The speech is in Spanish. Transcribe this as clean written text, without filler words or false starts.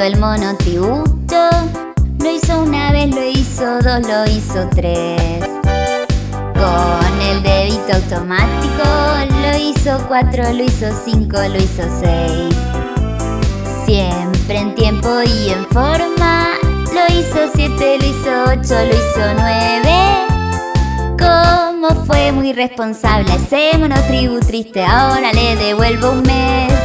hizo el monotributo. Lo hizo una vez, lo hizo dos, lo hizo tres. Con el débito automático lo hizo cuatro, lo hizo cinco, lo hizo seis. Siempre en tiempo y en forma. Lo hizo siete, lo hizo ocho, lo hizo nueve. Como fue muy responsable ese monotribu triste, ahora le devuelvo un mes.